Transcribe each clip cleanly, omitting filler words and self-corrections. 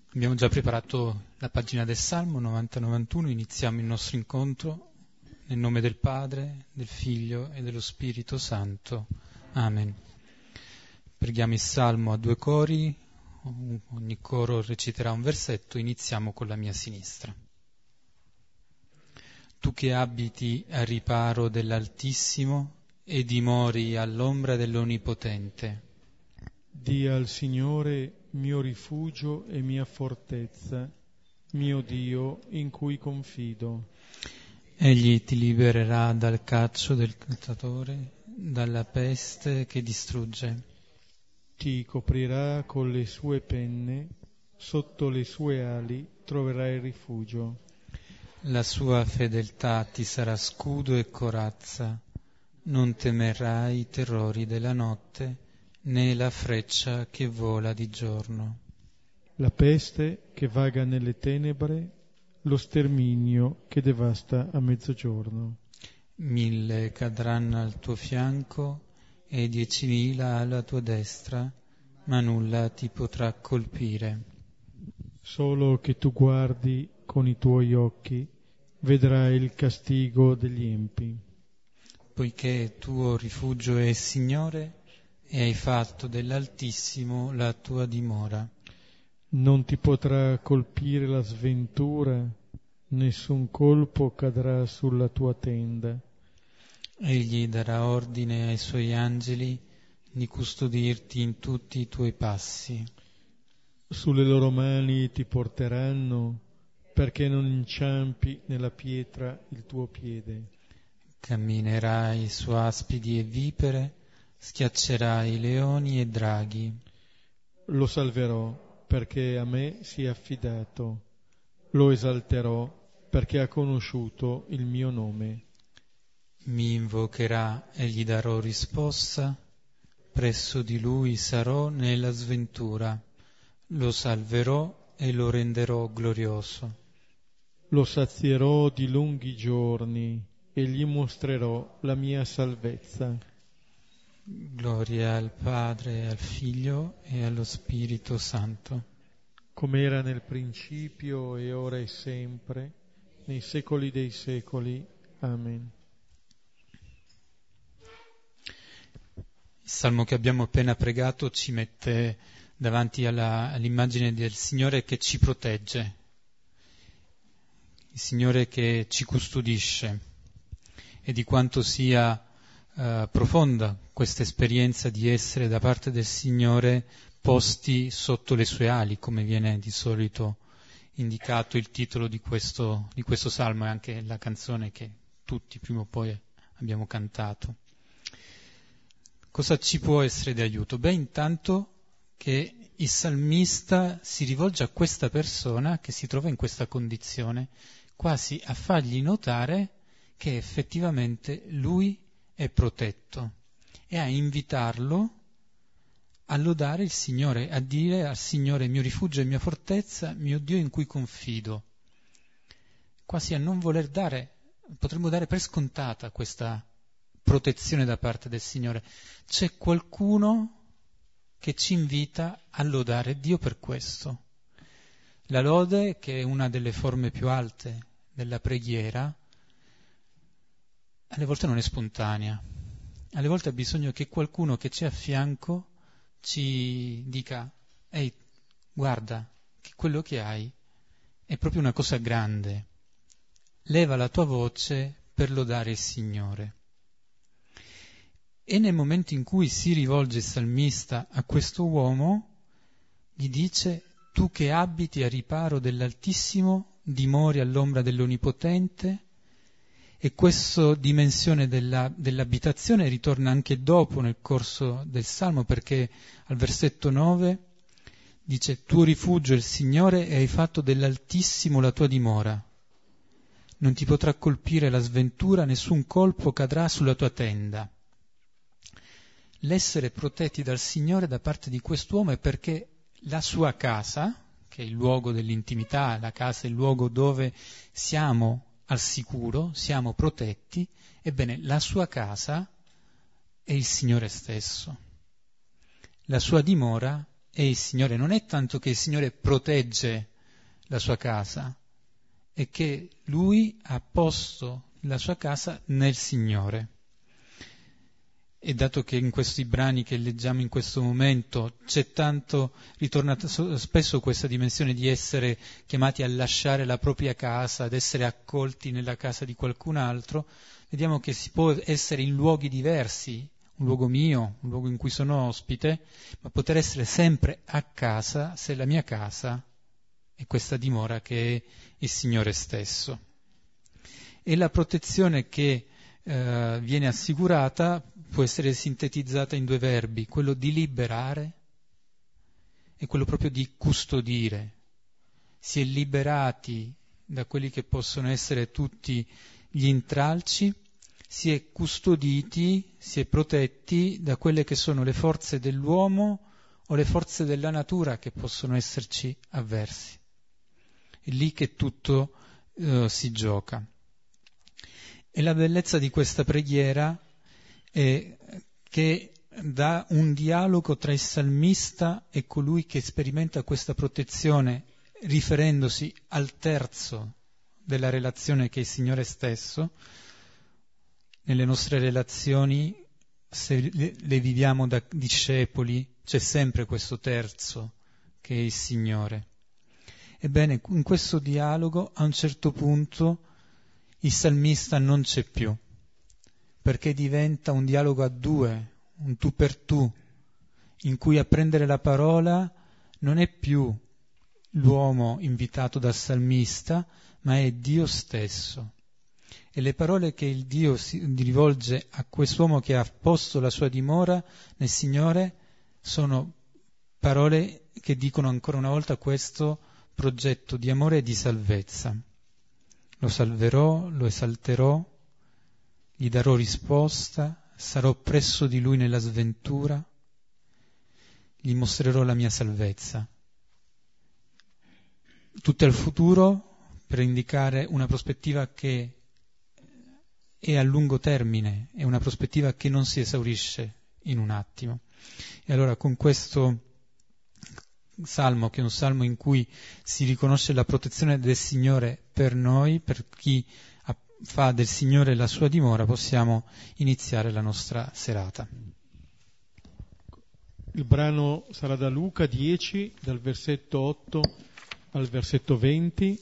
Abbiamo già preparato la pagina del Salmo 90-91, iniziamo il nostro incontro nel nome del Padre, del Figlio e dello Spirito Santo. Amen. Preghiamo il Salmo a due cori, ogni coro reciterà un versetto, iniziamo con la mia sinistra. Tu che abiti al riparo dell'Altissimo e dimori all'ombra dell'Onnipotente. Dì al Signore mio rifugio e mia fortezza, mio Dio in cui confido. Egli ti libererà dal caccio del calciatore, dalla peste che distrugge. Ti coprirà con le sue penne, sotto le sue ali troverai rifugio. La sua fedeltà ti sarà scudo e corazza, non temerai i terrori della notte, né la freccia che vola di giorno. La peste che vaga nelle tenebre, lo sterminio che devasta a mezzogiorno. 1000 cadranno al tuo fianco e 10.000 alla tua destra, ma nulla ti potrà colpire. Solo che tu guardi con i tuoi occhi, vedrai il castigo degli empi. Poiché tuo rifugio è il Signore e hai fatto dell'Altissimo la tua dimora. Non ti potrà colpire la sventura, nessun colpo cadrà sulla tua tenda. Egli darà ordine ai suoi angeli di custodirti in tutti i tuoi passi. Sulle loro mani ti porteranno, perché non inciampi nella pietra il tuo piede. Camminerai su aspidi e vipere, schiaccerai leoni e draghi. Lo salverò, perché a me si è affidato. Lo esalterò, perché ha conosciuto il mio nome. Mi invocherà e gli darò risposta, presso di lui sarò nella sventura, lo salverò e lo renderò glorioso. Lo sazierò di lunghi giorni e gli mostrerò la mia salvezza. Gloria al Padre, al Figlio e allo Spirito Santo. Come era nel principio e ora e sempre, nei secoli dei secoli. Amen. Il Salmo che abbiamo appena pregato ci mette davanti all'immagine del Signore che ci protegge, il Signore che ci custodisce, e di quanto sia profonda questa esperienza di essere da parte del Signore posti sotto le sue ali, come viene di solito indicato il titolo di questo Salmo e anche la canzone che tutti prima o poi abbiamo cantato. Cosa ci può essere di aiuto? Beh, intanto che il salmista si rivolge a questa persona che si trova in questa condizione, quasi a fargli notare che effettivamente lui è protetto e a invitarlo a lodare il Signore, a dire al Signore mio rifugio e mia fortezza, mio Dio in cui confido, quasi a non voler dare, potremmo dare per scontata questa protezione da parte del Signore. C'è qualcuno che ci invita a lodare Dio per questo. La lode, che è una delle forme più alte della preghiera, alle volte non è spontanea, alle volte ha bisogno che qualcuno che c'è a fianco ci dica: ehi, guarda che quello che hai è proprio una cosa grande, leva la tua voce per lodare il Signore. E nel momento in cui si rivolge il salmista a questo uomo, gli dice: tu che abiti a riparo dell'Altissimo, dimori all'ombra dell'Onnipotente. E questa dimensione dell'abitazione ritorna anche dopo nel corso del Salmo, perché al versetto 9 dice: tuo rifugio è il Signore e hai fatto dell'Altissimo la tua dimora. Non ti potrà colpire la sventura, nessun colpo cadrà sulla tua tenda. L'essere protetti dal Signore da parte di quest'uomo è perché la sua casa, che è il luogo dell'intimità, la casa è il luogo dove siamo al sicuro, siamo protetti, ebbene la sua casa è il Signore stesso. La sua dimora è il Signore, non è tanto che il Signore protegge la sua casa, è che Lui ha posto la sua casa nel Signore. E dato che in questi brani che leggiamo in questo momento c'è tanto, ritorna spesso questa dimensione di essere chiamati a lasciare la propria casa, ad essere accolti nella casa di qualcun altro, vediamo che si può essere in luoghi diversi, un luogo mio, un luogo in cui sono ospite, ma poter essere sempre a casa se la mia casa è questa dimora che è il Signore stesso. E la protezione che viene assicurata può essere sintetizzata in 2 verbi, quello di liberare e quello proprio di custodire. Si è liberati da quelli che possono essere tutti gli intralci, si è custoditi, si è protetti da quelle che sono le forze dell'uomo o le forze della natura che possono esserci avversi. È lì che tutto si gioca. E la bellezza di questa preghiera è che dà un dialogo tra il salmista e colui che sperimenta questa protezione riferendosi al terzo della relazione che è il Signore stesso. Nelle nostre relazioni, se le viviamo da discepoli, c'è sempre questo terzo che è il Signore. Ebbene, in questo dialogo a un certo punto il salmista non c'è più, perché diventa un dialogo a 2, un tu per tu, in cui a prendere la parola non è più l'uomo invitato dal salmista, ma è Dio stesso. E le parole che il Dio si rivolge a quest'uomo che ha posto la sua dimora nel Signore sono parole che dicono ancora una volta questo progetto di amore e di salvezza. Lo salverò, lo esalterò, gli darò risposta, sarò presso di lui nella sventura, gli mostrerò la mia salvezza. Tutto al futuro per indicare una prospettiva che è a lungo termine, è una prospettiva che non si esaurisce in un attimo. E allora con questo salmo, che è un salmo in cui si riconosce la protezione del Signore per noi, per chi fa del Signore la sua dimora, possiamo iniziare la nostra serata. Il brano sarà da Luca 10, dal versetto 8 al versetto 20.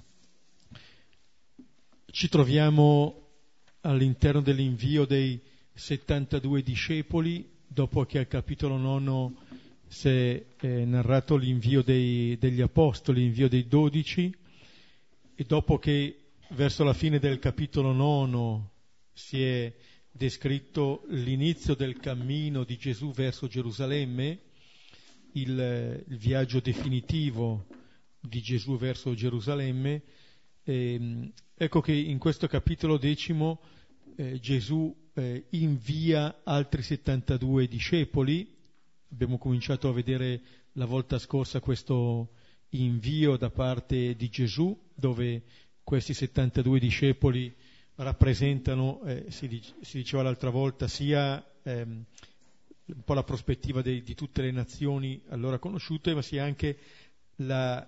Ci troviamo all'interno dell'invio dei 72 discepoli, dopo che al capitolo 9 si è narrato l'invio degli apostoli, l'invio dei 12, e dopo che verso la fine del capitolo 9 si è descritto l'inizio del cammino di Gesù verso Gerusalemme, il viaggio definitivo di Gesù verso Gerusalemme, ecco che in questo capitolo 10 Gesù invia altri 72 discepoli. Abbiamo cominciato a vedere la volta scorsa questo invio da parte di Gesù, dove questi 72 discepoli rappresentano, si diceva l'altra volta, sia un po' la prospettiva di tutte le nazioni allora conosciute, ma sia anche la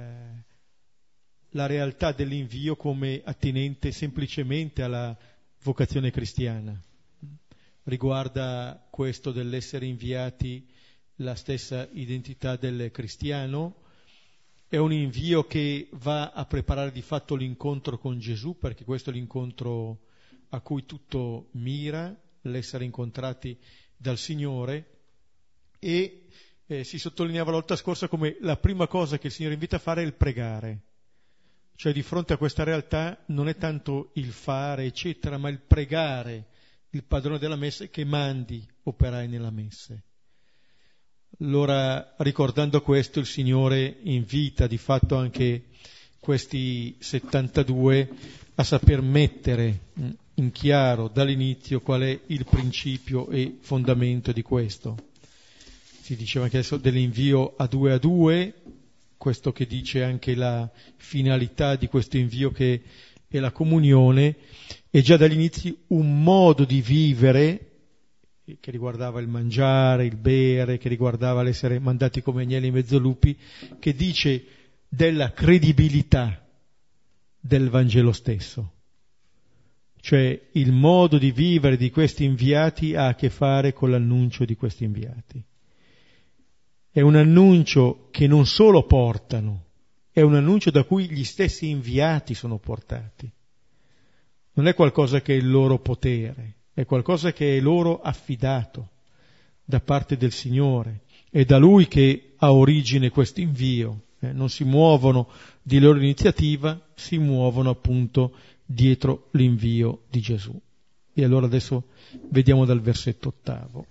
realtà dell'invio come attinente semplicemente alla vocazione cristiana. Riguarda questo dell'essere inviati la stessa identità del cristiano. È un invio che va a preparare di fatto l'incontro con Gesù, perché questo è l'incontro a cui tutto mira, l'essere incontrati dal Signore, e si sottolineava la volta scorsa come la prima cosa che il Signore invita a fare è il pregare. Cioè di fronte a questa realtà non è tanto il fare eccetera, ma il pregare il padrone della messe che mandi operai nella messe. Allora, ricordando questo, il Signore invita di fatto anche questi 72 a saper mettere in chiaro dall'inizio qual è il principio e fondamento di questo. Si diceva anche adesso dell'invio a 2, questo che dice anche la finalità di questo invio, che è la comunione, e già dall'inizio un modo di vivere che riguardava il mangiare, il bere, che riguardava l'essere mandati come agnelli in mezzo lupi, che dice della credibilità del Vangelo stesso. Cioè il modo di vivere di questi inviati ha a che fare con l'annuncio di questi inviati. È un annuncio che non solo portano, è un annuncio da cui gli stessi inviati sono portati. Non è qualcosa che è il loro potere, è qualcosa che è loro affidato da parte del Signore. È da Lui che ha origine questo invio. Non si muovono di loro iniziativa, si muovono appunto dietro l'invio di Gesù. E allora adesso vediamo dal versetto 8.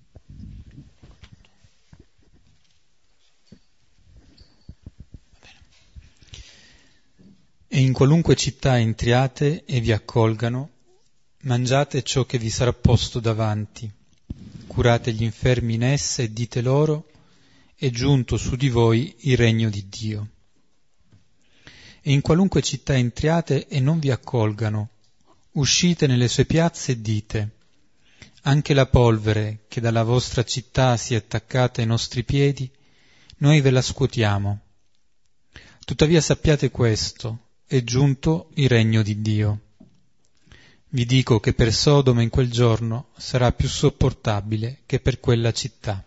E in qualunque città entriate e vi accolgano, mangiate ciò che vi sarà posto davanti, curate gli infermi in esse e dite loro: è giunto su di voi il regno di Dio. E in qualunque città entriate e non vi accolgano, uscite nelle sue piazze e dite: anche la polvere che dalla vostra città si è attaccata ai nostri piedi, noi ve la scuotiamo. Tuttavia sappiate questo: è giunto il regno di Dio. Vi dico che per Sodoma in quel giorno sarà più sopportabile che per quella città.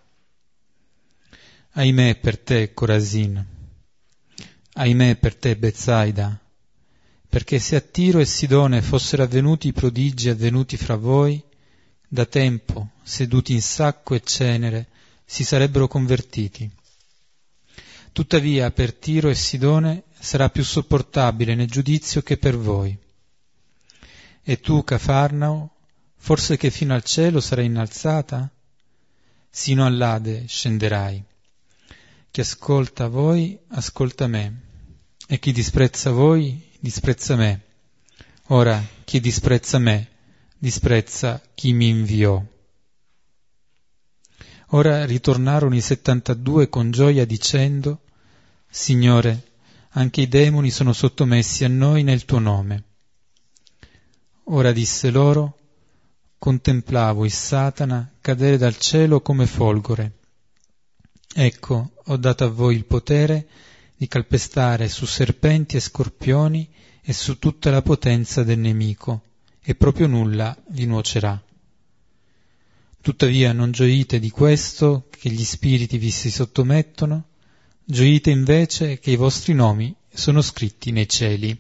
Ahimè per te, Corazin, ahimè per te, Betsaida, perché se a Tiro e Sidone fossero avvenuti i prodigi avvenuti fra voi, da tempo, seduti in sacco e cenere, si sarebbero convertiti. Tuttavia per Tiro e Sidone sarà più sopportabile nel giudizio che per voi. E tu, Cafarnao, forse che fino al cielo sarai innalzata? Sino all'Ade scenderai. Chi ascolta voi, ascolta me, e chi disprezza voi, disprezza me. Ora, chi disprezza me, disprezza chi mi inviò. Ora ritornarono i 72 con gioia dicendo: Signore, anche i demoni sono sottomessi a noi nel tuo nome. Ora disse loro: contemplavo il Satana cadere dal cielo come folgore. Ecco, ho dato a voi il potere di calpestare su serpenti e scorpioni e su tutta la potenza del nemico, e proprio nulla vi nuocerà. Tuttavia non gioite di questo, che gli spiriti vi si sottomettono, gioite invece che i vostri nomi sono scritti nei cieli.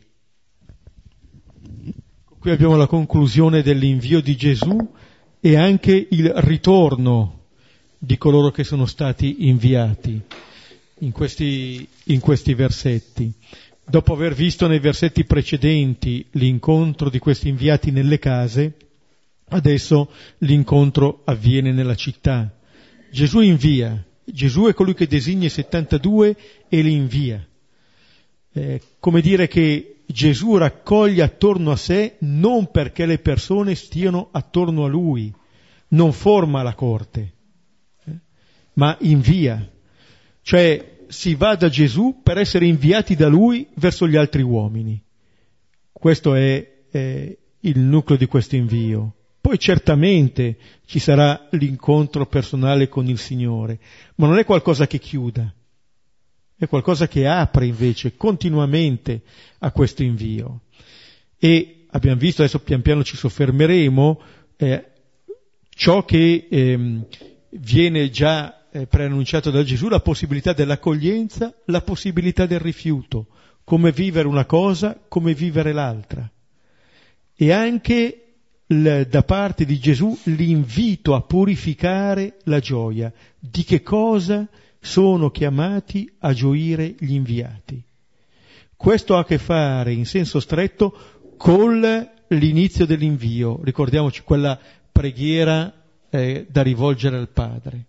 Qui abbiamo la conclusione dell'invio di Gesù e anche il ritorno di coloro che sono stati inviati in questi versetti. Dopo aver visto nei versetti precedenti l'incontro di questi inviati nelle case, adesso l'incontro avviene nella città. Gesù invia, Gesù è colui che designa i 72 e li invia. Come dire che Gesù raccoglie attorno a sé non perché le persone stiano attorno a lui, non forma la corte, ma invia. Cioè si va da Gesù per essere inviati da lui verso gli altri uomini. Questo è il nucleo di questo invio. Poi certamente ci sarà l'incontro personale con il Signore, ma non è qualcosa che chiuda, è qualcosa che apre invece continuamente a questo invio. E abbiamo visto, adesso pian piano ci soffermeremo, ciò che viene già preannunciato da Gesù, la possibilità dell'accoglienza, la possibilità del rifiuto, come vivere una cosa, come vivere l'altra. E anche da parte di Gesù l'invito a purificare la gioia. Di che cosa sono chiamati a gioire gli inviati? Questo ha a che fare in senso stretto con l'inizio dell'invio. Ricordiamoci quella preghiera da rivolgere al Padre.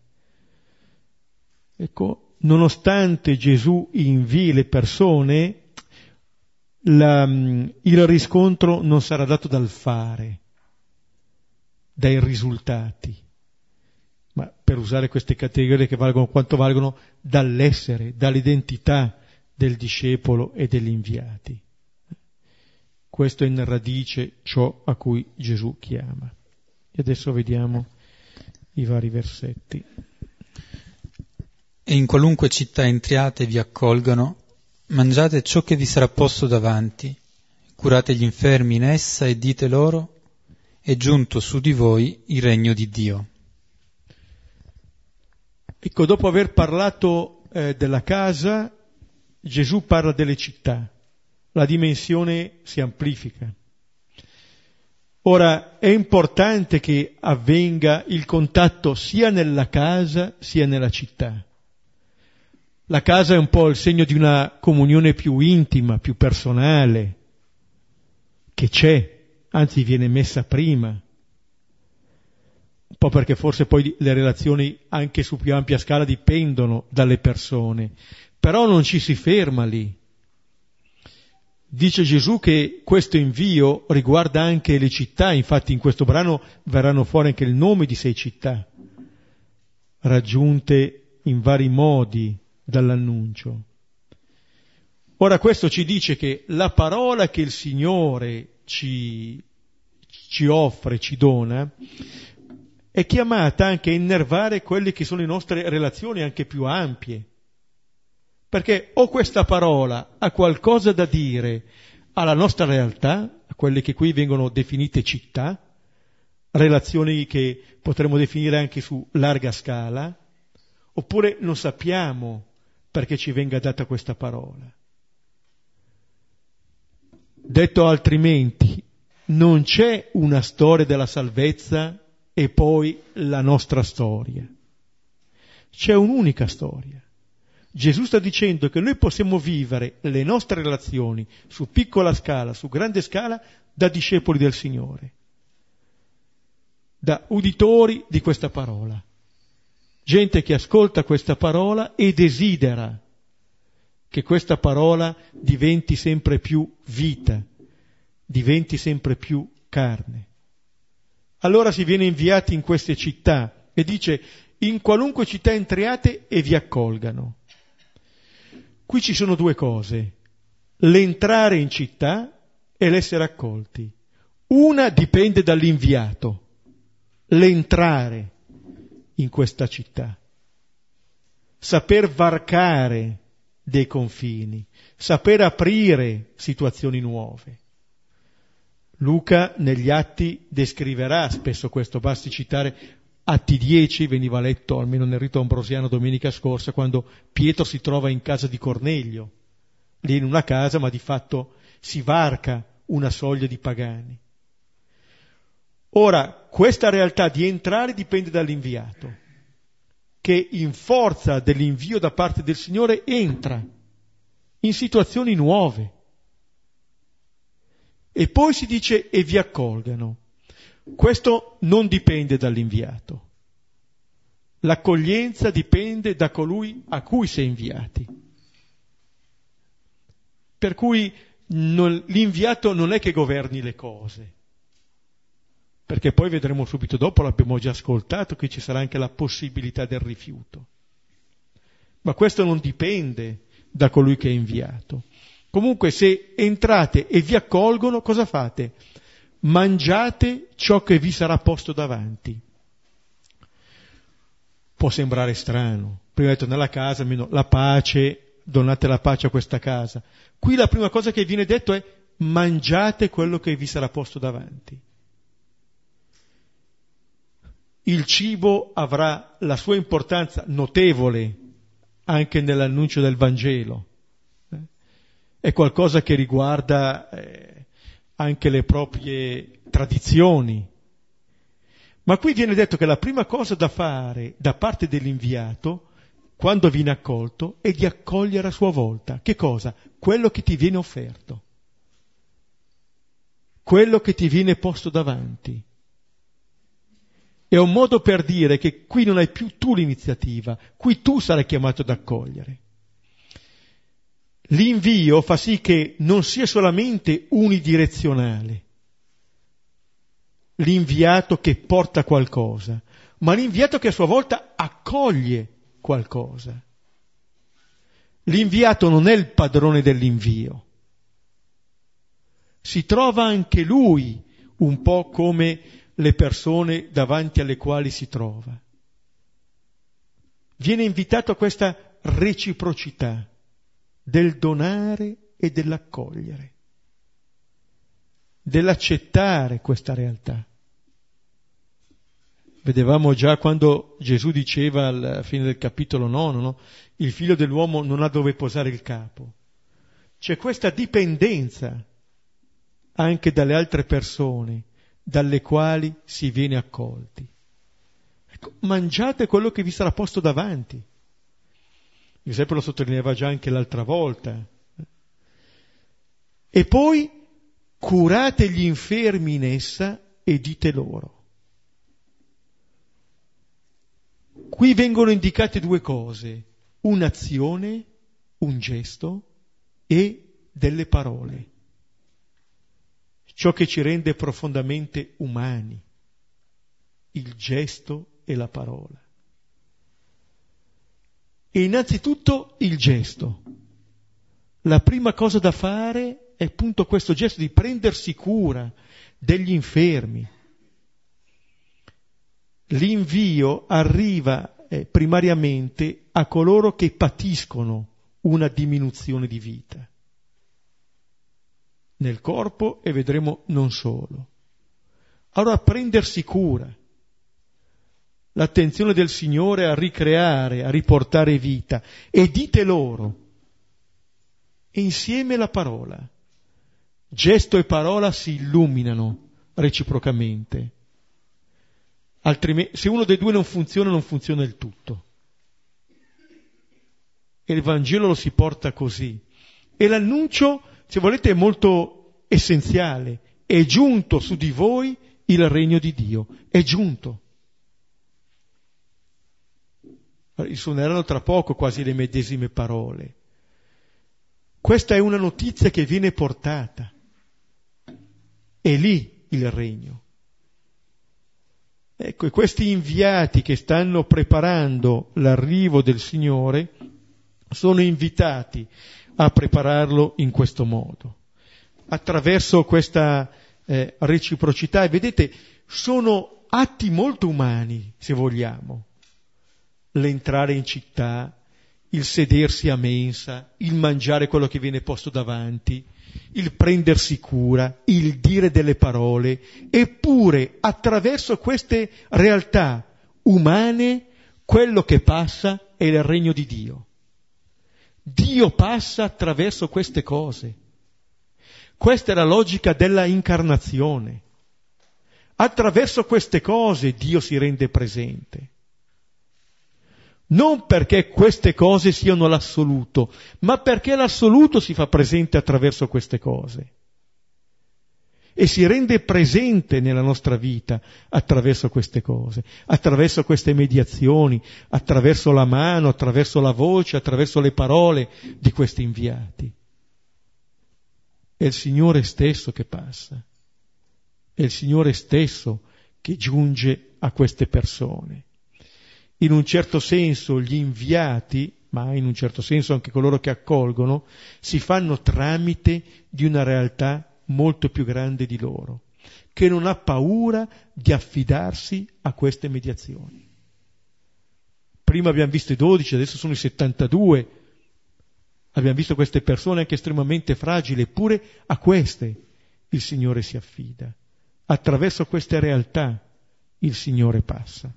Ecco, nonostante Gesù invii le persone, il riscontro non sarà dato dal fare, dai risultati, ma per usare queste categorie che valgono quanto valgono, dall'essere, dall'identità del discepolo e degli inviati. Questo è in radice ciò a cui Gesù chiama. E adesso vediamo i vari versetti. E in qualunque città entriate e vi accolgano, mangiate ciò che vi sarà posto davanti, curate gli infermi in essa e dite loro: è giunto su di voi il regno di Dio. Ecco, dopo aver parlato della casa, Gesù parla delle città. La dimensione si amplifica. Ora, è importante che avvenga il contatto sia nella casa sia nella città. La casa è un po' il segno di una comunione più intima, più personale, che c'è, anzi viene messa prima. Un po' perché forse poi le relazioni anche su più ampia scala dipendono dalle persone, però non ci si ferma lì. Dice Gesù che questo invio riguarda anche le città, infatti in questo brano verranno fuori anche il nome di 6 città, raggiunte in vari modi dall'annuncio. Ora questo ci dice che la parola che il Signore ci offre, ci dona, è chiamata anche a innervare quelle che sono le nostre relazioni anche più ampie. Perché o questa parola ha qualcosa da dire alla nostra realtà, a quelle che qui vengono definite città, relazioni che potremmo definire anche su larga scala, oppure non sappiamo perché ci venga data questa parola. Detto altrimenti, non c'è una storia della salvezza e poi la nostra storia. C'è un'unica storia. Gesù sta dicendo che noi possiamo vivere le nostre relazioni su piccola scala, su grande scala, da discepoli del Signore, da uditori di questa parola. Gente che ascolta questa parola e desidera che questa parola diventi sempre più vita, diventi sempre più carne. Allora si viene inviati in queste città e dice: in qualunque città entriate e vi accolgano. Qui ci sono 2 cose: l'entrare in città e l'essere accolti. Una dipende dall'inviato, l'entrare in questa città, saper varcare dei confini, saper aprire situazioni nuove. Luca negli Atti descriverà spesso questo, basti citare Atti 10, veniva letto almeno nel rito ambrosiano domenica scorsa, quando Pietro si trova in casa di Cornelio, lì in una casa, ma di fatto si varca una soglia di pagani. Ora, questa realtà di entrare dipende dall'inviato, che in forza dell'invio da parte del Signore entra in situazioni nuove. E poi si dice: e vi accolgano. Questo non dipende dall'inviato. L'accoglienza dipende da colui a cui si è inviati. Per cui l'inviato non è che governi le cose, perché poi vedremo subito dopo, l'abbiamo già ascoltato, che ci sarà anche la possibilità del rifiuto. Ma questo non dipende da colui che è inviato. Comunque, se entrate e vi accolgono, cosa fate? Mangiate ciò che vi sarà posto davanti. Può sembrare strano. Prima ho detto nella casa, almeno la pace, donate la pace a questa casa. Qui la prima cosa che viene detto è: mangiate quello che vi sarà posto davanti. Il cibo avrà la sua importanza notevole anche nell'annuncio del Vangelo. È qualcosa che riguarda anche le proprie tradizioni. Ma qui viene detto che la prima cosa da fare da parte dell'inviato, quando viene accolto, è di accogliere a sua volta. Che cosa? Quello che ti viene offerto. Quello che ti viene posto davanti. È un modo per dire che qui non hai più tu l'iniziativa, qui tu sarai chiamato ad accogliere. L'invio fa sì che non sia solamente unidirezionale, l'inviato che porta qualcosa, ma l'inviato che a sua volta accoglie qualcosa. L'inviato non è il padrone dell'invio. Si trova anche lui un po' come le persone davanti alle quali si trova. Viene invitato a questa reciprocità del donare e dell'accogliere, dell'accettare questa realtà. Vedevamo già quando Gesù diceva alla fine del capitolo 9, no? Il figlio dell'uomo non ha dove posare il capo. C'è questa dipendenza anche dalle altre persone dalle quali si viene accolti. Ecco, mangiate quello che vi sarà posto davanti. Giuseppe lo sottolineava già anche l'altra volta. E poi curate gli infermi in essa e dite loro. Qui vengono indicate due cose, un'azione, un gesto e delle parole. Ciò che ci rende profondamente umani, il gesto e la parola. E innanzitutto il gesto. La prima cosa da fare è appunto questo gesto di prendersi cura degli infermi. L'invio arriva primariamente a coloro che patiscono una diminuzione di vita. Nel corpo e vedremo non solo. Allora prendersi cura. L'attenzione del Signore a ricreare, a riportare vita. E dite loro. E insieme la parola. Gesto e parola si illuminano reciprocamente. Altrimenti, se uno dei due non funziona il tutto. E il Vangelo lo si porta così. E l'annuncio, se volete, è molto essenziale. È giunto su di voi il regno di Dio. È giunto. Risuoneranno tra poco quasi le medesime parole. Questa è una notizia che viene portata. È lì il regno. Ecco, e questi inviati che stanno preparando l'arrivo del Signore sono invitati a prepararlo in questo modo, attraverso questa reciprocità. E vedete, sono atti molto umani, se vogliamo. L'entrare in città, il sedersi a mensa, il mangiare quello che viene posto davanti, il prendersi cura, il dire delle parole, eppure attraverso queste realtà umane quello che passa è il regno di Dio. Dio passa attraverso queste cose. Questa è la logica della incarnazione. Attraverso queste cose Dio si rende presente. Non perché queste cose siano l'assoluto, ma perché l'assoluto si fa presente attraverso queste cose. E si rende presente nella nostra vita attraverso queste cose, attraverso queste mediazioni, attraverso la mano, attraverso la voce, attraverso le parole di questi inviati. È il Signore stesso che passa, è il Signore stesso che giunge a queste persone. In un certo senso gli inviati, ma in un certo senso anche coloro che accolgono, si fanno tramite di una realtà molto più grande di loro, che non ha paura di affidarsi a queste mediazioni. Prima abbiamo visto i 12, adesso sono i 72. Abbiamo visto queste persone anche estremamente fragili, eppure a queste il Signore si affida. Attraverso queste realtà il Signore passa.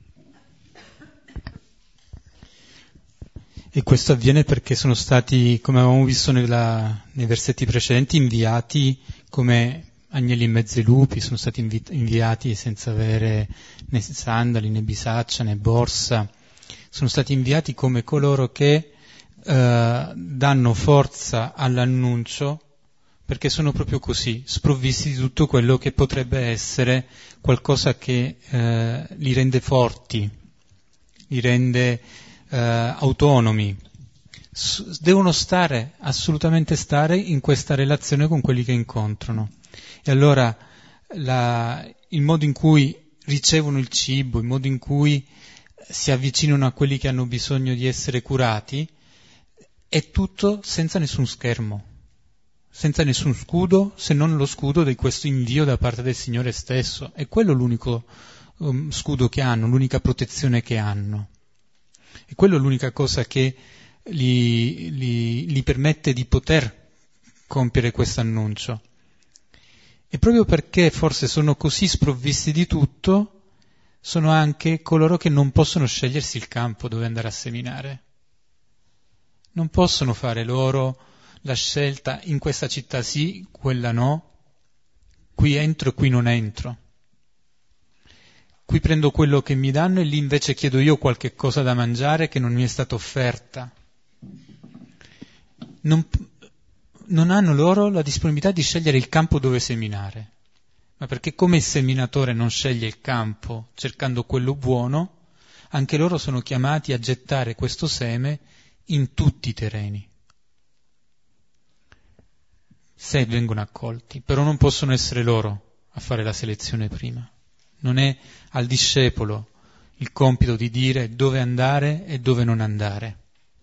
E questo avviene perché sono stati, come avevamo visto nei versetti precedenti, inviati come agnelli in mezzo ai lupi, sono stati inviati senza avere né sandali, né bisaccia, né borsa, sono stati inviati come coloro che danno forza all'annuncio, perché sono proprio così, sprovvisti di tutto quello che potrebbe essere qualcosa che li rende forti, li rende autonomi. Devono assolutamente stare in questa relazione con quelli che incontrano. E allora il modo in cui ricevono il cibo, il modo in cui si avvicinano a quelli che hanno bisogno di essere curati, è tutto senza nessun schermo. senza nessun scudo, se non lo scudo di questo invio da parte del Signore stesso. È quello l'unico scudo che hanno, l'unica protezione che hanno. E quello è l'unica cosa che gli permette di poter compiere questo annuncio. E proprio perché forse sono così sprovvisti di tutto, sono anche coloro che non possono scegliersi il campo dove andare a seminare. Non possono fare loro la scelta: in questa città sì, quella no, qui entro e qui non entro. Qui prendo quello che mi danno e lì invece chiedo io qualche cosa da mangiare che non mi è stata offerta. Non hanno loro la disponibilità di scegliere il campo dove seminare, ma perché come il seminatore non sceglie il campo cercando quello buono, anche loro sono chiamati a gettare questo seme in tutti i terreni, se vengono accolti, però non possono essere loro a fare la selezione prima. Non è al discepolo il compito di dire dove andare e dove non andare.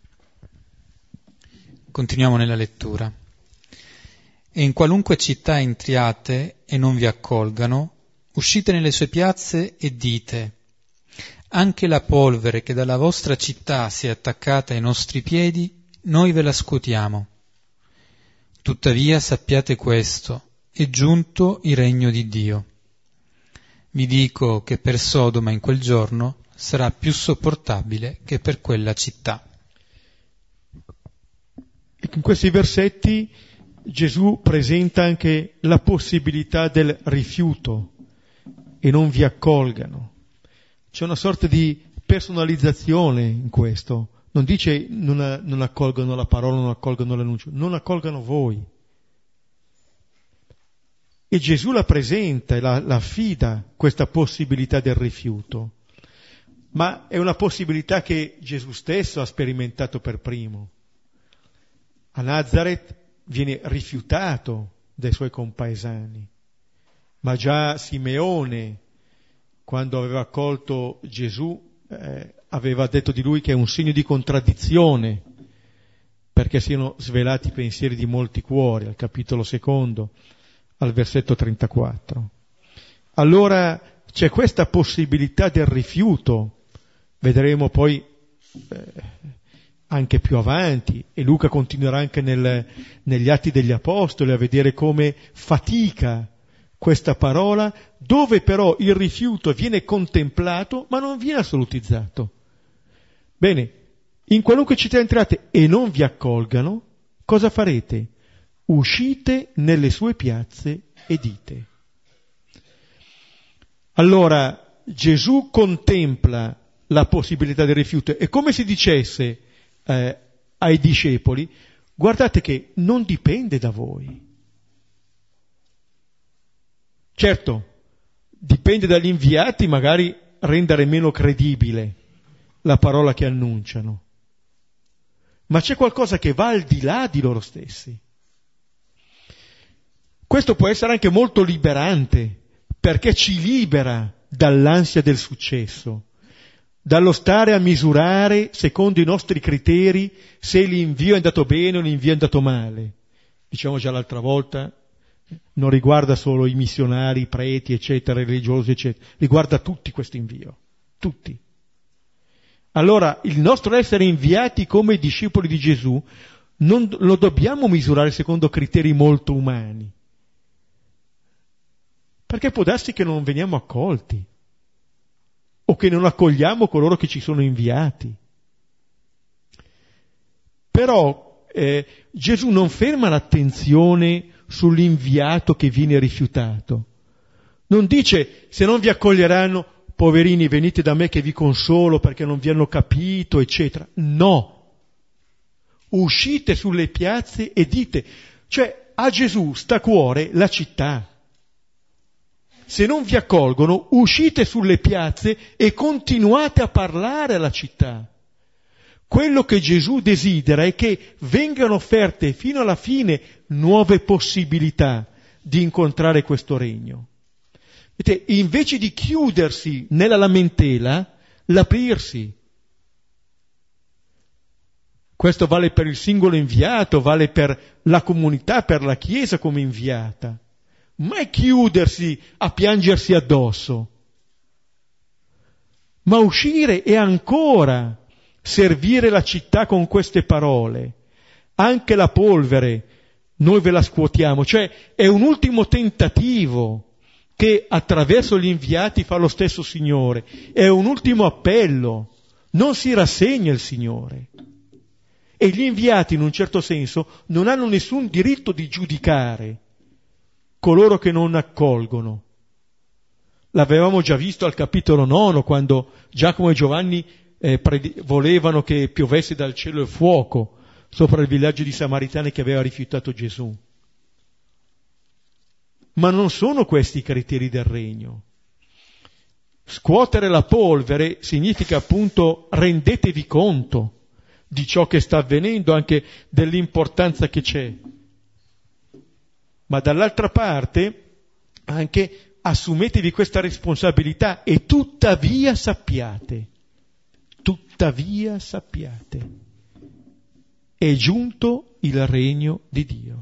Continuiamo nella lettura. E in qualunque città entriate e non vi accolgano, uscite nelle sue piazze e dite: anche la polvere che dalla vostra città si è attaccata ai nostri piedi, noi ve la scuotiamo. Tuttavia sappiate questo, è giunto il regno di Dio. Vi dico che per Sodoma in quel giorno sarà più sopportabile che per quella città. In questi versetti Gesù presenta anche la possibilità del rifiuto e non vi accolgano. C'è una sorta di personalizzazione in questo. Non dice non accolgono la parola, non accolgono l'annuncio, non accolgano voi. E Gesù la presenta e la affida questa possibilità del rifiuto. Ma è una possibilità che Gesù stesso ha sperimentato per primo. A Nazareth viene rifiutato dai suoi compaesani, ma già Simeone, quando aveva accolto Gesù, aveva detto di lui che è un segno di contraddizione, perché siano svelati i pensieri di molti cuori, al capitolo 2, al versetto 34. Allora c'è questa possibilità del rifiuto, vedremo poi anche più avanti, e Luca continuerà anche negli Atti degli Apostoli a vedere come fatica questa parola, dove però il rifiuto viene contemplato ma non viene assolutizzato. Bene, in qualunque città entrate e non vi accolgano, cosa farete? Uscite nelle sue piazze e dite. Allora Gesù contempla la possibilità del rifiuto, è come se dicesse ai discepoli: guardate che non dipende da voi. Certo, dipende dagli inviati magari rendere meno credibile la parola che annunciano, ma c'è qualcosa che va al di là di loro stessi. Questo può essere anche molto liberante, perché ci libera dall'ansia del successo, dallo stare a misurare secondo i nostri criteri se l'invio è andato bene o l'invio è andato male. Diciamo già l'altra volta, non riguarda solo i missionari, i preti, eccetera, i religiosi, eccetera, riguarda tutti questo invio, tutti. Allora il nostro essere inviati come discepoli di Gesù non lo dobbiamo misurare secondo criteri molto umani, perché può darsi che non veniamo accolti o che non accogliamo coloro che ci sono inviati. Però Gesù non ferma l'attenzione sull'inviato che viene rifiutato. Non dice: se non vi accoglieranno, poverini, venite da me che vi consolo perché non vi hanno capito, eccetera. No. Uscite sulle piazze e dite. Cioè, a Gesù sta a cuore la città. Se non vi accolgono, uscite sulle piazze e continuate a parlare alla città. Quello che Gesù desidera è che vengano offerte fino alla fine nuove possibilità di incontrare questo regno. Vedete, invece di chiudersi nella lamentela, l'aprirsi. Questo vale per il singolo inviato, vale per la comunità, per la Chiesa come inviata. Mai chiudersi a piangersi addosso, ma uscire e ancora servire la città con queste parole. Anche la polvere noi ve la scuotiamo, cioè è un ultimo tentativo che attraverso gli inviati fa lo stesso Signore, è un ultimo appello, non si rassegna il Signore. E gli inviati in un certo senso non hanno nessun diritto di giudicare coloro che non accolgono. L'avevamo già visto al capitolo 9, quando Giacomo e Giovanni volevano che piovesse dal cielo il fuoco sopra il villaggio di Samaritani che aveva rifiutato Gesù. Ma non sono questi i criteri del regno. Scuotere la polvere significa appunto rendetevi conto di ciò che sta avvenendo, anche dell'importanza che c'è. Ma dall'altra parte anche assumetevi questa responsabilità e tuttavia sappiate, è giunto il regno di Dio.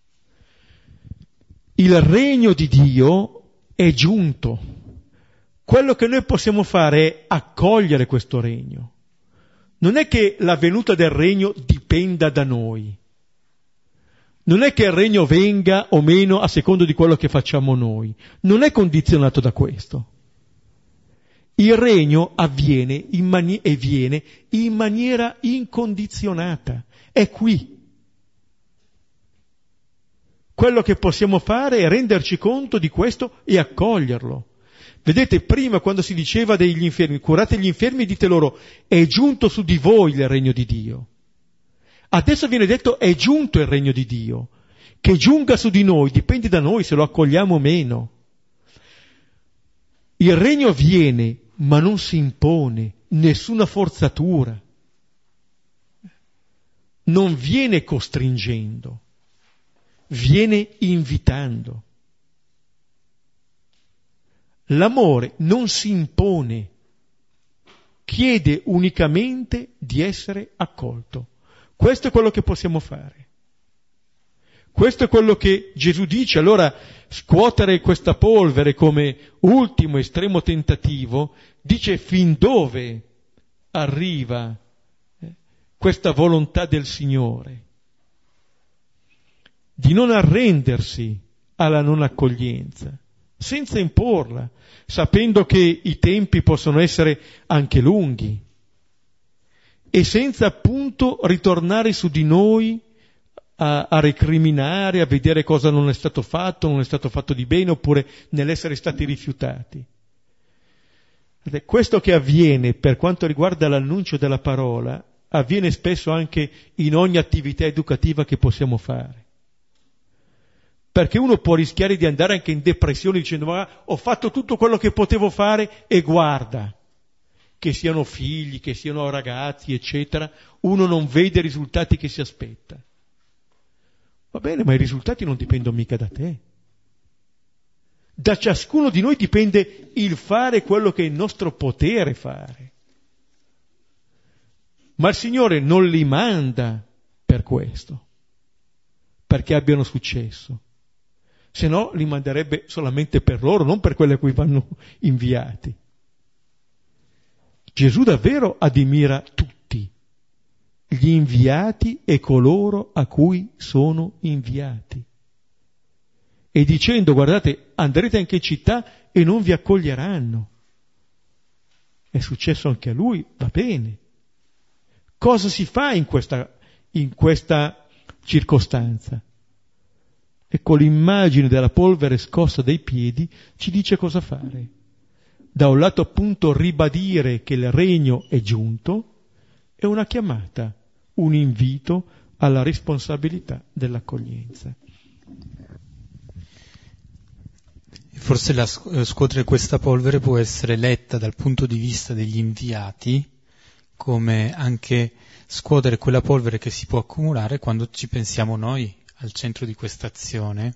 Il regno di Dio è giunto. Quello che noi possiamo fare è accogliere questo regno. Non è che la venuta del regno dipenda da noi. Non è che il regno venga o meno a secondo di quello che facciamo noi. Non è condizionato da questo. Il regno avviene e viene in maniera incondizionata. È qui. Quello che possiamo fare è renderci conto di questo e accoglierlo. Vedete, prima quando si diceva degli infermi, curate gli infermi, dite loro, è giunto su di voi il regno di Dio. Adesso viene detto, è giunto il regno di Dio. Che giunga su di noi dipende da noi se lo accogliamo o meno. Il regno viene, ma non si impone, nessuna forzatura. Non viene costringendo, viene invitando. L'amore non si impone, chiede unicamente di essere accolto. Questo è quello che possiamo fare. Questo è quello che Gesù dice. Allora, scuotere questa polvere come ultimo estremo tentativo, dice fin dove arriva questa volontà del Signore. Di non arrendersi alla non accoglienza, senza imporla, sapendo che i tempi possono essere anche lunghi e senza appunto ritornare su di noi a recriminare, a vedere cosa non è stato fatto di bene, oppure nell'essere stati rifiutati. Questo che avviene per quanto riguarda l'annuncio della parola avviene spesso anche in ogni attività educativa che possiamo fare. Perché uno può rischiare di andare anche in depressione dicendo ma ho fatto tutto quello che potevo fare e guarda, che siano figli, che siano ragazzi, eccetera, uno non vede i risultati che si aspetta. Va bene, ma i risultati non dipendono mica da te. Da ciascuno di noi dipende il fare quello che è il nostro potere fare. Ma il Signore non li manda per questo, perché abbiano successo. Se no li manderebbe solamente per loro, non per quelli a cui vanno inviati. Gesù davvero ammira tutti, gli inviati e coloro a cui sono inviati. E dicendo, guardate, andrete anche in città e non vi accoglieranno. È successo anche a lui, va bene. Cosa si fa in questa circostanza? Ecco, l'immagine della polvere scossa dai piedi ci dice cosa fare. Da un lato appunto ribadire che il regno è giunto, è una chiamata, un invito alla responsabilità dell'accoglienza. Forse scuotere questa polvere può essere letta dal punto di vista degli inviati come anche scuotere quella polvere che si può accumulare quando ci pensiamo noi al centro di questa azione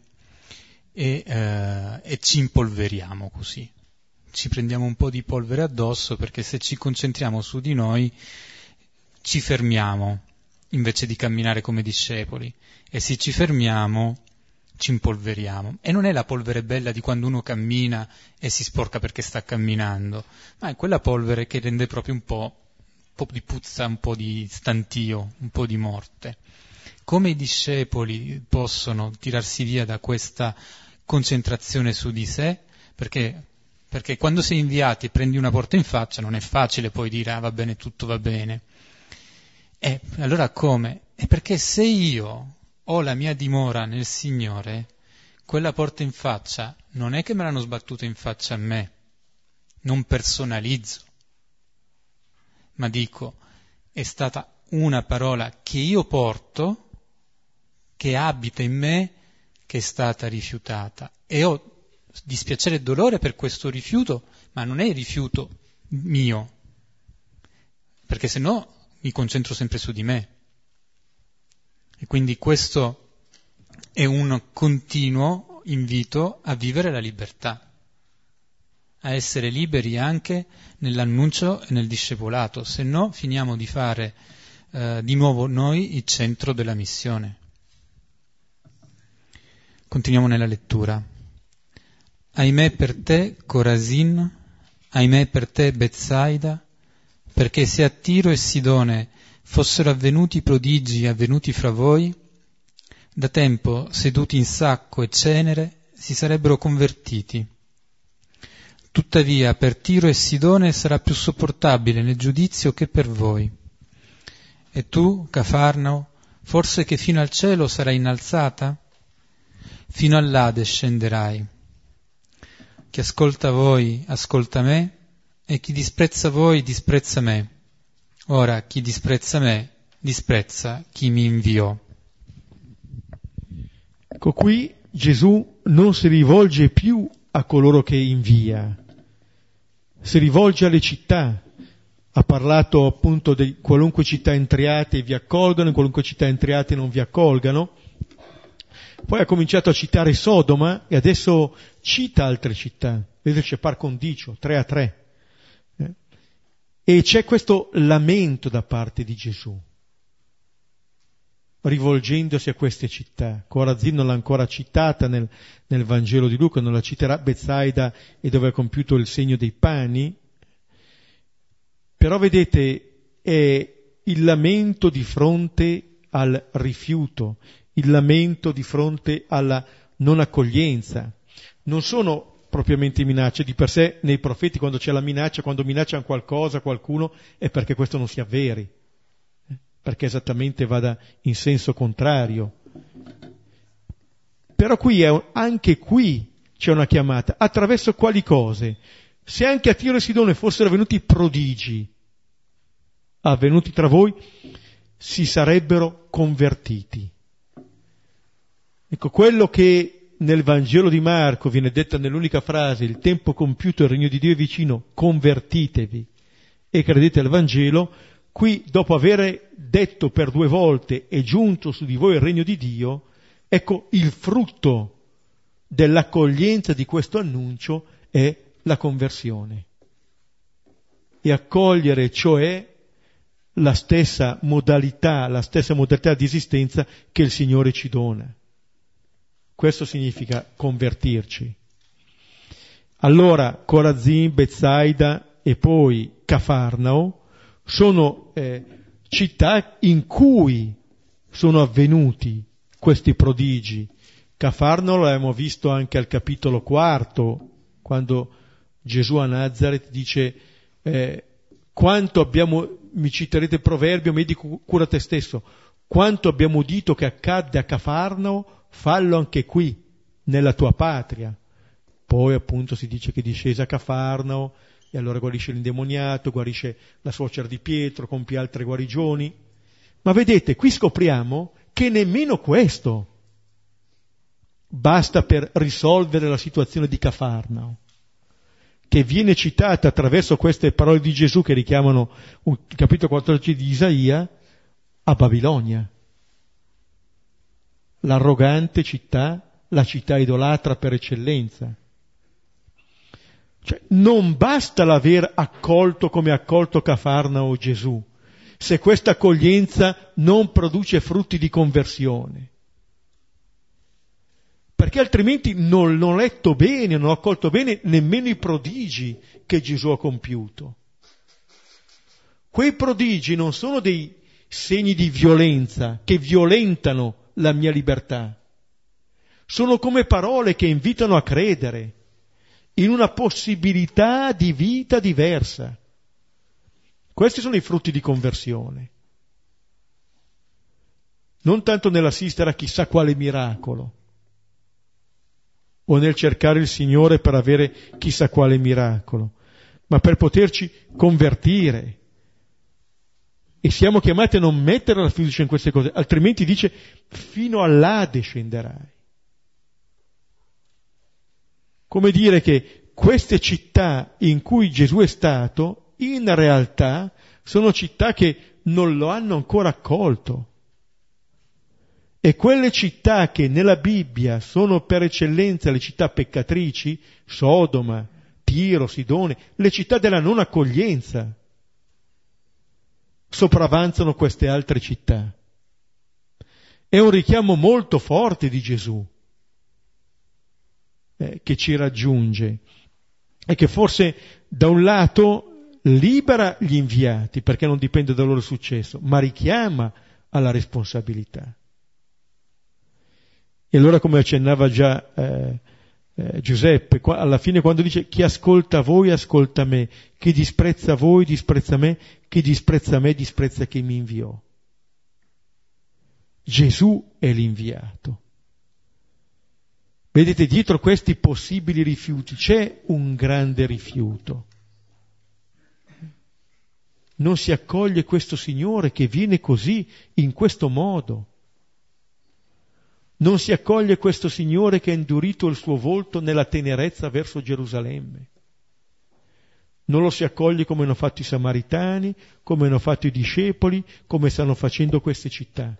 e ci impolveriamo così. Ci prendiamo un po' di polvere addosso perché se ci concentriamo su di noi ci fermiamo invece di camminare come discepoli. E se ci fermiamo, ci impolveriamo. E non è la polvere bella di quando uno cammina e si sporca perché sta camminando, ma è quella polvere che rende proprio un po' di puzza, un po' di stantio, un po' di morte. Come i discepoli possono tirarsi via da questa concentrazione su di sé? Perché quando sei inviati e prendi una porta in faccia non è facile poi dire va bene, tutto va bene. Allora come? È perché se io ho la mia dimora nel Signore, quella porta in faccia non è che me l'hanno sbattuta in faccia a me, non personalizzo, ma dico, è stata una parola che io porto, che abita in me, che è stata rifiutata. E ho dispiacere e dolore per questo rifiuto, ma non è il rifiuto mio, perché se no mi concentro sempre su di me. E quindi questo è un continuo invito a vivere la libertà, a essere liberi anche nell'annuncio e nel discepolato, se no finiamo di fare di nuovo noi il centro della missione. Continuiamo nella lettura. Ahimè per te, Corazin, ahimè per te, Betsaida, perché se a Tiro e Sidone fossero avvenuti prodigi avvenuti fra voi, da tempo, seduti in sacco e cenere, si sarebbero convertiti. Tuttavia, per Tiro e Sidone sarà più sopportabile nel giudizio che per voi. E tu, Cafarnao, forse che fino al cielo sarai innalzata? Fino all'Ade scenderai. Chi ascolta voi, ascolta me, e chi disprezza voi, disprezza me. Ora, chi disprezza me, disprezza chi mi inviò. Ecco, qui Gesù non si rivolge più a coloro che invia, si rivolge alle città. Ha parlato appunto di qualunque città entriate e vi accolgano, in qualunque città entriate e non vi accolgano. Poi ha cominciato a citare Sodoma e adesso cita altre città. Vedete, c'è par condicio, 3-3. E c'è questo lamento da parte di Gesù, rivolgendosi a queste città. Corazin non l'ha ancora citata nel Vangelo di Luca, non la citerà. Betsaida è dove ha compiuto il segno dei pani. Però vedete, è il lamento di fronte al rifiuto, il lamento di fronte alla non accoglienza. Non sono propriamente minacce, di per sé nei profeti quando c'è la minaccia, quando minacciano qualcosa, qualcuno, è perché questo non si avveri, perché esattamente vada in senso contrario. Però anche qui c'è una chiamata, attraverso quali cose? Se anche a Tiro e Sidone fossero avvenuti prodigi, avvenuti tra voi, si sarebbero convertiti. Ecco, quello che nel Vangelo di Marco viene detta nell'unica frase, il tempo compiuto, il regno di Dio è vicino, convertitevi e credete al Vangelo, qui dopo aver detto per 2 volte è giunto su di voi il regno di Dio, ecco il frutto dell'accoglienza di questo annuncio è la conversione. E accogliere, cioè, la stessa modalità di esistenza che il Signore ci dona. Questo significa convertirci. Allora, Corazin, Betsaida e poi Cafarnao sono città in cui sono avvenuti questi prodigi. Cafarnao l'abbiamo visto anche al capitolo 4, quando Gesù a Nazaret dice mi citerete il proverbio, medico cura te stesso, quanto abbiamo udito che accadde a Cafarnao, fallo anche qui, nella tua patria. Poi appunto si dice che è discesa a Cafarnao e allora guarisce l'indemoniato, guarisce la suocera di Pietro, compie altre guarigioni. Ma vedete, qui scopriamo che nemmeno questo basta per risolvere la situazione di Cafarnao, che viene citata attraverso queste parole di Gesù che richiamano il capitolo 14 di Isaia, a Babilonia. L'arrogante città, la città idolatra per eccellenza. Cioè, non basta l'aver accolto come ha accolto Cafarnao Gesù, se questa accoglienza non produce frutti di conversione. Perché altrimenti non ho letto bene, non ho accolto bene nemmeno i prodigi che Gesù ha compiuto. Quei prodigi non sono dei segni di violenza che violentano la mia libertà. Sono come parole che invitano a credere in una possibilità di vita diversa. Questi sono i frutti di conversione. Non tanto nell'assistere a chissà quale miracolo o nel cercare il Signore per avere chissà quale miracolo, ma per poterci convertire. E siamo chiamati a non mettere la fiducia in queste cose, altrimenti dice fino a là descenderai. Come dire che queste città in cui Gesù è stato, in realtà sono città che non lo hanno ancora accolto. E quelle città che nella Bibbia sono per eccellenza le città peccatrici, Sodoma, Tiro, Sidone, le città della non accoglienza, sopravanzano queste altre città. È un richiamo molto forte di Gesù che ci raggiunge e che forse da un lato libera gli inviati perché non dipende dal loro successo, ma richiama alla responsabilità. E allora, come accennava già Giuseppe, alla fine quando dice chi ascolta voi ascolta me, chi disprezza voi disprezza me, chi disprezza me disprezza chi mi inviò. Gesù è l'inviato. Vedete, dietro questi possibili rifiuti c'è un grande rifiuto. Non si accoglie questo Signore che viene così, in questo modo. Non si accoglie questo Signore che ha indurito il suo volto nella tenerezza verso Gerusalemme. Non lo si accoglie come hanno fatto i Samaritani, come hanno fatto i discepoli, come stanno facendo queste città.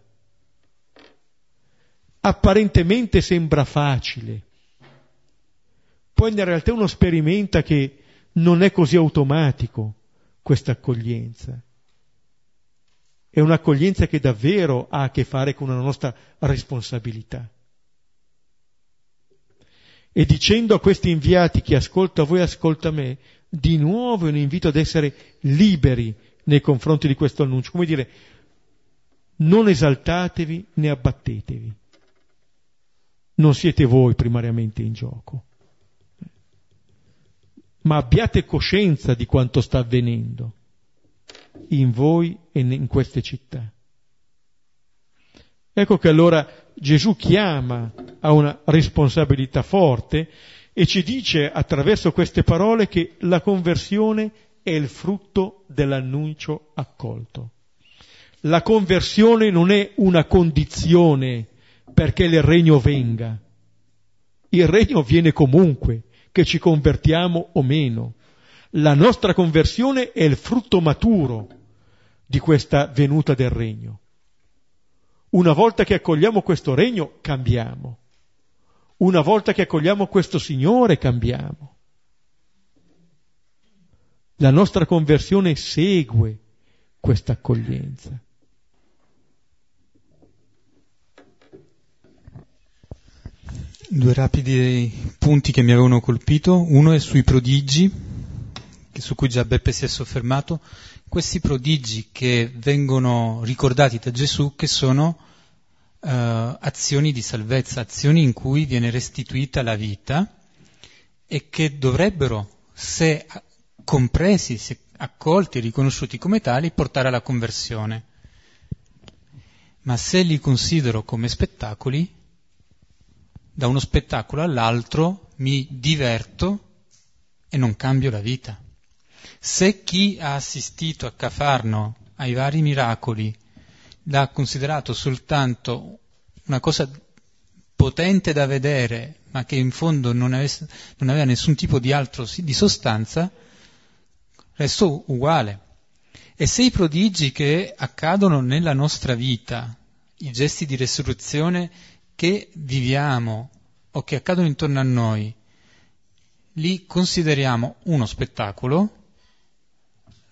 Apparentemente sembra facile, poi in realtà uno sperimenta che non è così automatico questa accoglienza. È un'accoglienza che davvero ha a che fare con una nostra responsabilità. E dicendo a questi inviati chi ascolta voi ascolta me, di nuovo è un invito ad essere liberi nei confronti di questo annuncio. Come dire, non esaltatevi né abbattetevi. Non siete voi primariamente in gioco, ma abbiate coscienza di quanto sta avvenendo in voi e in queste città. Ecco che allora Gesù chiama a una responsabilità forte e ci dice attraverso queste parole che la conversione è il frutto dell'annuncio accolto. La conversione non è una condizione perché il regno venga. Il regno viene comunque, che ci convertiamo o meno. La nostra conversione è il frutto maturo di questa venuta del regno. Una volta che accogliamo questo regno, cambiamo. Una volta che accogliamo questo Signore, cambiamo. La nostra conversione segue questa accoglienza. Due rapidi punti che mi avevano colpito. Uno è sui prodigi, su cui già Beppe si è soffermato. Questi prodigi che vengono ricordati da Gesù, che sono azioni di salvezza, azioni in cui viene restituita la vita e che dovrebbero, se compresi, se accolti e riconosciuti come tali, portare alla conversione. Ma se li considero come spettacoli, da uno spettacolo all'altro mi diverto e non cambio la vita. Se chi ha assistito a Cafarno ai vari miracoli l'ha considerato soltanto una cosa potente da vedere, ma che in fondo non aveva nessun tipo di altro di sostanza, resto uguale. E se i prodigi che accadono nella nostra vita, i gesti di resurrezione che viviamo o che accadono intorno a noi, li consideriamo uno spettacolo,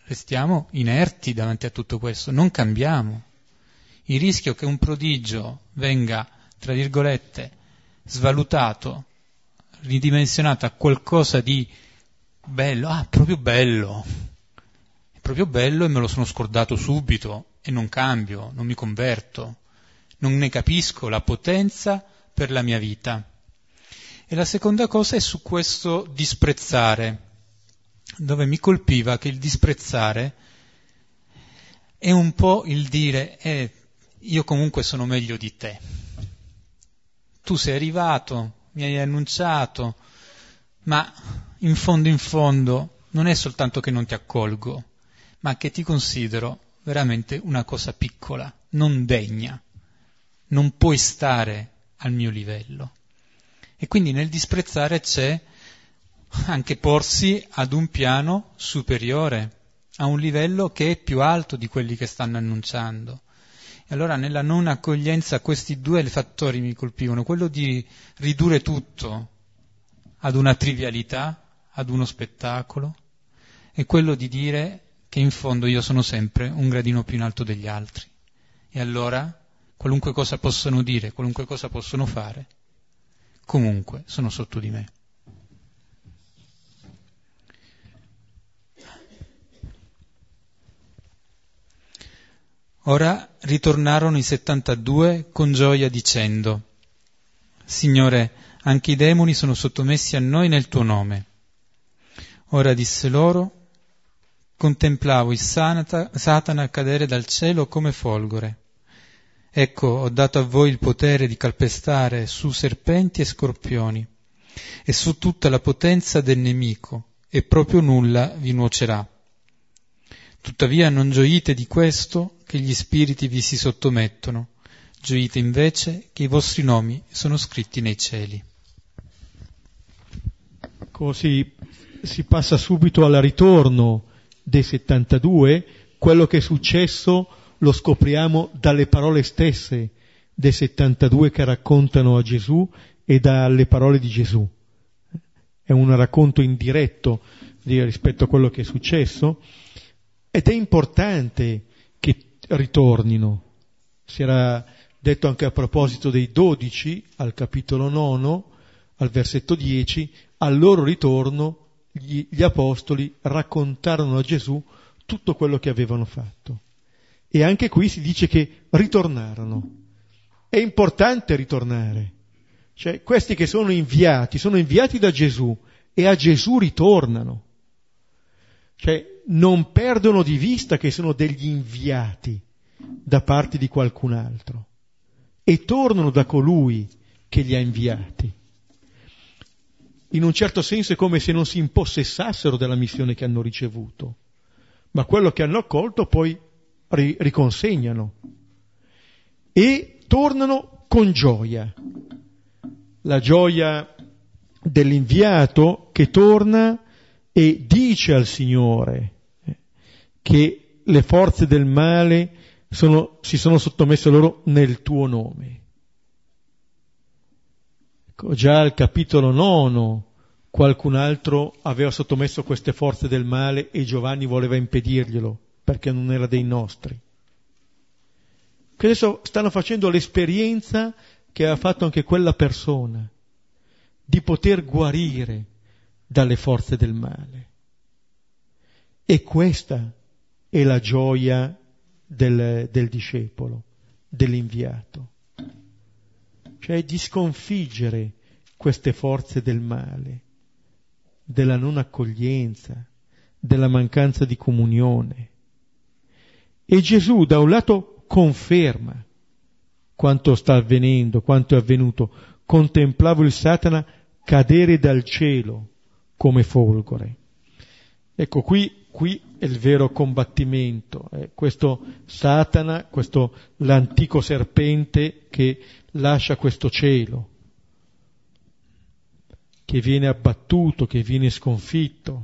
restiamo inerti davanti a tutto questo, non cambiamo. Il rischio che un prodigio venga, tra virgolette, svalutato, ridimensionato a qualcosa di bello, è proprio bello e me lo sono scordato subito e non cambio, non mi converto, non ne capisco la potenza per la mia vita. E la seconda cosa è su questo disprezzare, dove mi colpiva che il disprezzare è un po' il dire io comunque sono meglio di te. Tu sei arrivato, mi hai annunciato, ma in fondo non è soltanto che non ti accolgo, ma che ti considero veramente una cosa piccola, non degna, non puoi stare al mio livello. E quindi nel disprezzare c'è anche porsi ad un piano superiore, a un livello che è più alto di quelli che stanno annunciando. E allora nella non accoglienza questi due fattori mi colpivano, quello di ridurre tutto ad una trivialità, ad uno spettacolo, e quello di dire che in fondo io sono sempre un gradino più in alto degli altri. E allora, qualunque cosa possono dire, qualunque cosa possono fare, comunque sono sotto di me. Ora ritornarono i 72 con gioia dicendo: Signore, anche i demoni sono sottomessi a noi nel tuo nome. Ora disse loro: contemplavo il Satana cadere dal cielo come folgore. Ecco, ho dato a voi il potere di calpestare su serpenti e scorpioni e su tutta la potenza del nemico, e proprio nulla vi nuocerà. Tuttavia non gioite di questo, che gli spiriti vi si sottomettono, gioite invece che i vostri nomi sono scritti nei cieli. Così si passa subito al ritorno dei 72, quello che è successo lo scopriamo dalle parole stesse dei 72 che raccontano a Gesù e dalle parole di Gesù. È un racconto indiretto rispetto a quello che è successo, ed è importante che ritornino. Si era detto anche a proposito dei 12 al capitolo 9, al versetto 10, al loro ritorno gli apostoli raccontarono a Gesù tutto quello che avevano fatto. E anche qui si dice che ritornarono. È importante ritornare. Cioè, questi che sono inviati da Gesù e a Gesù ritornano. Cioè, non perdono di vista che sono degli inviati da parte di qualcun altro e tornano da colui che li ha inviati. In un certo senso è come se non si impossessassero della missione che hanno ricevuto, ma quello che hanno accolto poi riconsegnano e tornano con gioia. La gioia dell'inviato che torna e dice al Signore che le forze del male si sono sottomesse loro nel tuo nome. Ecco, già al capitolo 9 qualcun altro aveva sottomesso queste forze del male e Giovanni voleva impedirglielo perché non era dei nostri. Che adesso stanno facendo l'esperienza che aveva fatto anche quella persona di poter guarire dalle forze del male. E questa è la gioia del discepolo, dell'inviato, cioè di sconfiggere queste forze del male, della non accoglienza, della mancanza di comunione. E Gesù da un lato conferma quanto sta avvenendo, quanto è avvenuto. Contemplavo il Satana cadere dal cielo come folgore. Ecco, qui è il vero combattimento. Questo Satana, l'antico serpente che lascia questo cielo, che viene abbattuto, che viene sconfitto.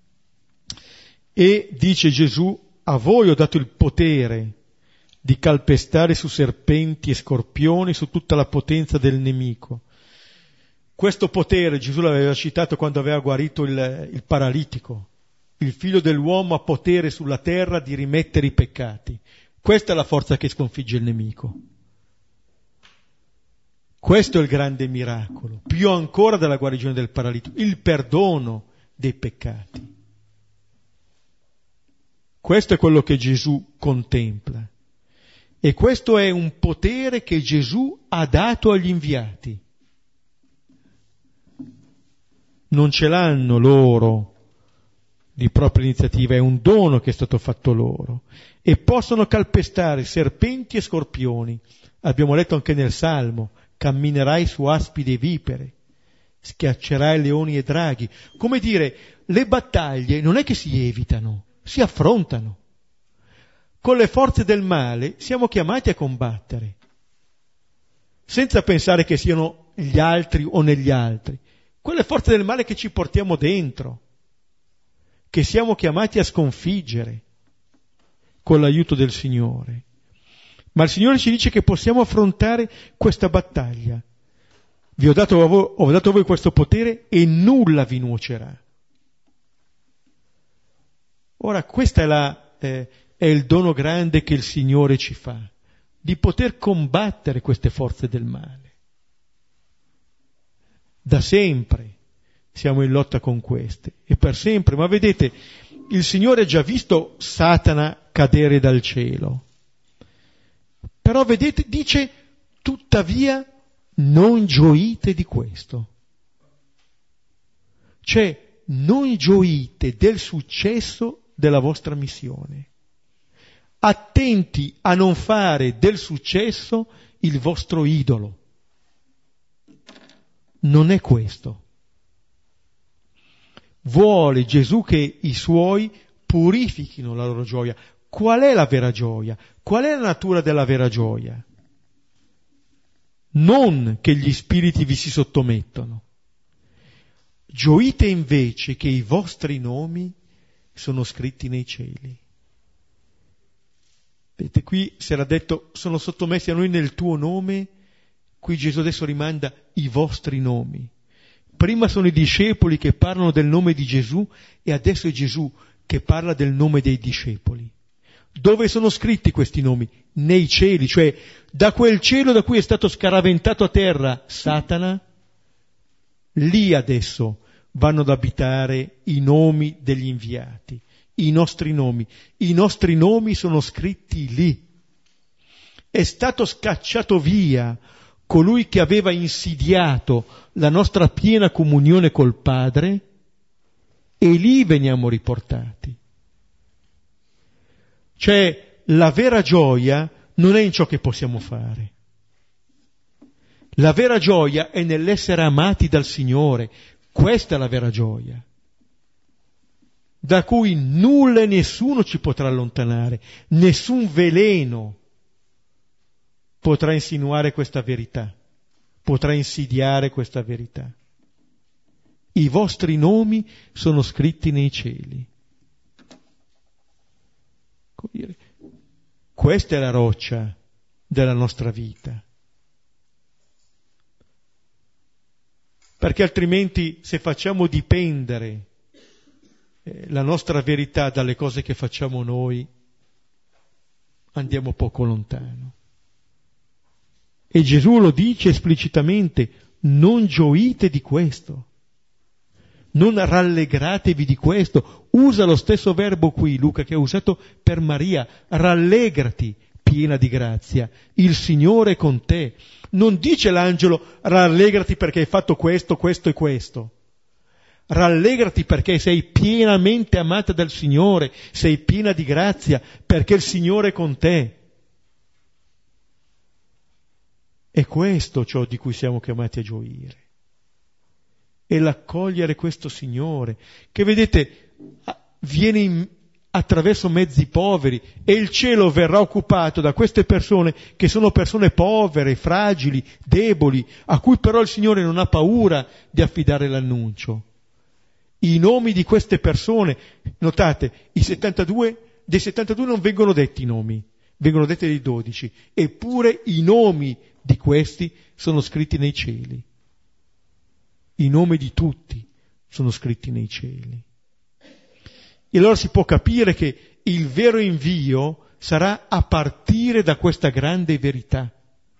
E dice Gesù: a voi ho dato il potere di calpestare su serpenti e scorpioni, su tutta la potenza del nemico. Questo potere Gesù l'aveva citato quando aveva guarito il paralitico il figlio dell'uomo ha potere sulla terra di rimettere i peccati. Questa è la forza che sconfigge il nemico. Questo è il grande miracolo, più ancora della guarigione del paralitico, il perdono dei peccati. Questo è quello che Gesù contempla. E questo è un potere che Gesù ha dato agli inviati. Non ce l'hanno loro di propria iniziativa, è un dono che è stato fatto loro. E possono calpestare serpenti e scorpioni. Abbiamo letto anche nel Salmo, camminerai su aspidi e vipere, schiaccerai leoni e draghi. Come dire, le battaglie non è che si evitano, si affrontano. Con le forze del male siamo chiamati a combattere, senza pensare che siano gli altri o negli altri. Quelle forze del male che ci portiamo dentro, che siamo chiamati a sconfiggere con l'aiuto del Signore. Ma il Signore ci dice che possiamo affrontare questa battaglia. Ho dato a voi questo potere e nulla vi nuocerà. Ora, questa è il dono grande che il Signore ci fa, di poter combattere queste forze del male. Da sempre siamo in lotta con queste, e per sempre. Ma vedete, il Signore ha già visto Satana cadere dal cielo. Però vedete, dice, tuttavia non gioite di questo. Cioè, non gioite del successo della vostra missione. Attenti a non fare del successo il vostro idolo. Non è questo. Vuole Gesù che i suoi purifichino la loro gioia. Qual è la vera gioia? Qual è la natura della vera gioia? Non che gli spiriti vi si sottomettono. Gioite invece che i vostri nomi sono scritti nei cieli. Vedete, qui si era detto, sono sottomessi a noi nel tuo nome. Qui Gesù adesso rimanda i vostri nomi. Prima sono i discepoli che parlano del nome di Gesù e adesso è Gesù che parla del nome dei discepoli. Dove sono scritti questi nomi? Nei cieli, cioè da quel cielo da cui è stato scaraventato a terra Satana, lì adesso vanno ad abitare i nomi degli inviati, i nostri nomi. I nostri nomi sono scritti lì. È stato scacciato via colui che aveva insidiato la nostra piena comunione col Padre, e lì veniamo riportati. Cioè, la vera gioia non è in ciò che possiamo fare. La vera gioia è nell'essere amati dal Signore. Questa è la vera gioia, da cui nulla e nessuno ci potrà allontanare, nessun veleno potrà insinuare questa verità, potrà insidiare questa verità. I vostri nomi sono scritti nei cieli. Questa è la roccia della nostra vita. Perché altrimenti, se facciamo dipendere la nostra verità dalle cose che facciamo noi, andiamo poco lontano. E Gesù lo dice esplicitamente, non gioite di questo, non rallegratevi di questo. Usa lo stesso verbo qui, Luca, che ha usato per Maria, rallegrati, piena di grazia, il Signore è con te. Non dice l'angelo, rallegrati perché hai fatto questo, questo e questo. Rallegrati perché sei pienamente amata dal Signore, sei piena di grazia, perché il Signore è con te. È questo ciò di cui siamo chiamati a gioire. E l'accogliere questo Signore, che vedete, viene attraverso mezzi poveri, e il cielo verrà occupato da queste persone che sono persone povere, fragili, deboli, a cui però il Signore non ha paura di affidare l'annuncio. I nomi di queste persone, notate, dei 72 non vengono detti i nomi, vengono detti dei 12, eppure i nomi di questi sono scritti nei cieli. I nomi di tutti sono scritti nei cieli. E allora si può capire che il vero invio sarà a partire da questa grande verità.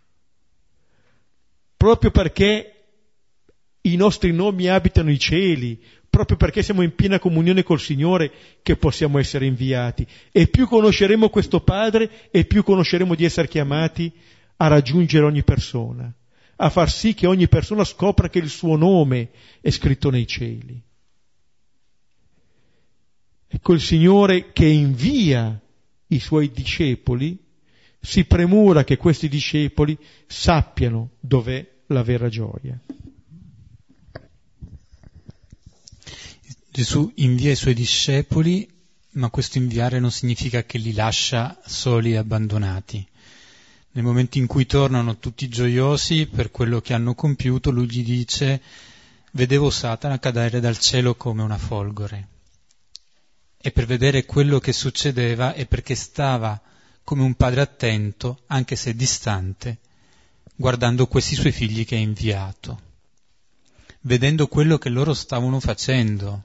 Proprio perché i nostri nomi abitano i cieli, proprio perché siamo in piena comunione col Signore, che possiamo essere inviati. E più conosceremo questo Padre, e più conosceremo di essere chiamati a raggiungere ogni persona, a far sì che ogni persona scopra che il suo nome è scritto nei cieli. Ecco, il Signore che invia i suoi discepoli si premura che questi discepoli sappiano dov'è la vera gioia. Gesù invia i suoi discepoli, ma questo inviare non significa che li lascia soli e abbandonati. Nel momento in cui tornano tutti gioiosi per quello che hanno compiuto, lui gli dice: vedevo Satana cadere dal cielo come una folgore. E per vedere quello che succedeva e perché stava come un padre attento, anche se distante, guardando questi suoi figli che ha inviato, vedendo quello che loro stavano facendo.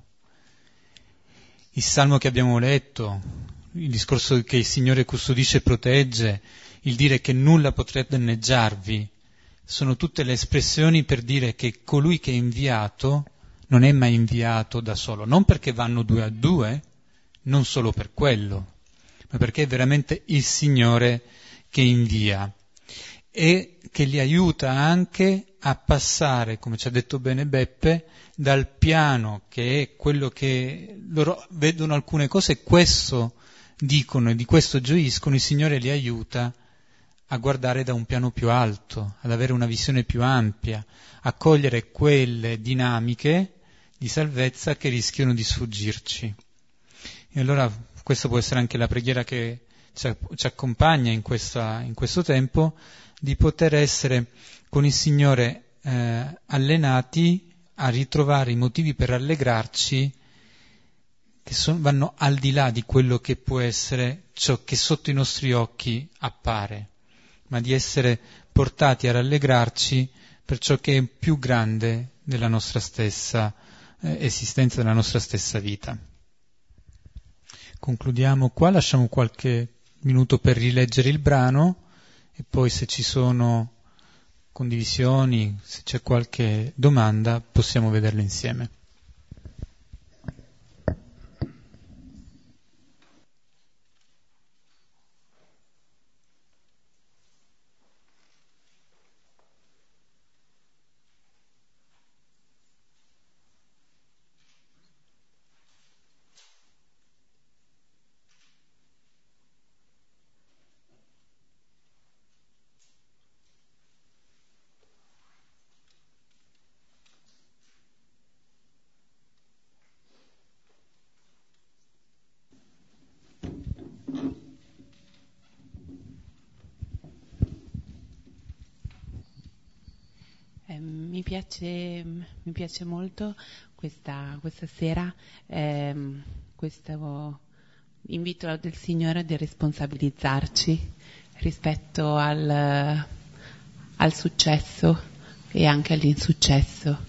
Il salmo che abbiamo letto, il discorso che il Signore custodisce e protegge, il dire che nulla potrà danneggiarvi, sono tutte le espressioni per dire che colui che è inviato non è mai inviato da solo, non perché vanno 2 a 2, non solo per quello, ma perché è veramente il Signore che invia e che li aiuta anche a passare, come ci ha detto bene Beppe, dal piano che è quello che loro vedono alcune cose e questo dicono e di questo gioiscono, il Signore li aiuta a guardare da un piano più alto, ad avere una visione più ampia, a cogliere quelle dinamiche di salvezza che rischiano di sfuggirci. E allora questa può essere anche la preghiera che ci accompagna in questo tempo, di poter essere con il Signore allenati a ritrovare i motivi per rallegrarci che vanno al di là di quello che può essere ciò che sotto i nostri occhi appare, ma di essere portati a rallegrarci per ciò che è più grande della nostra stessa esistenza, della nostra stessa vita. Concludiamo qua, lasciamo qualche minuto per rileggere il brano e poi se ci sono condivisioni, se c'è qualche domanda, possiamo vederle insieme. Mi piace molto questa sera questo invito del Signore di responsabilizzarci rispetto al successo e anche all'insuccesso,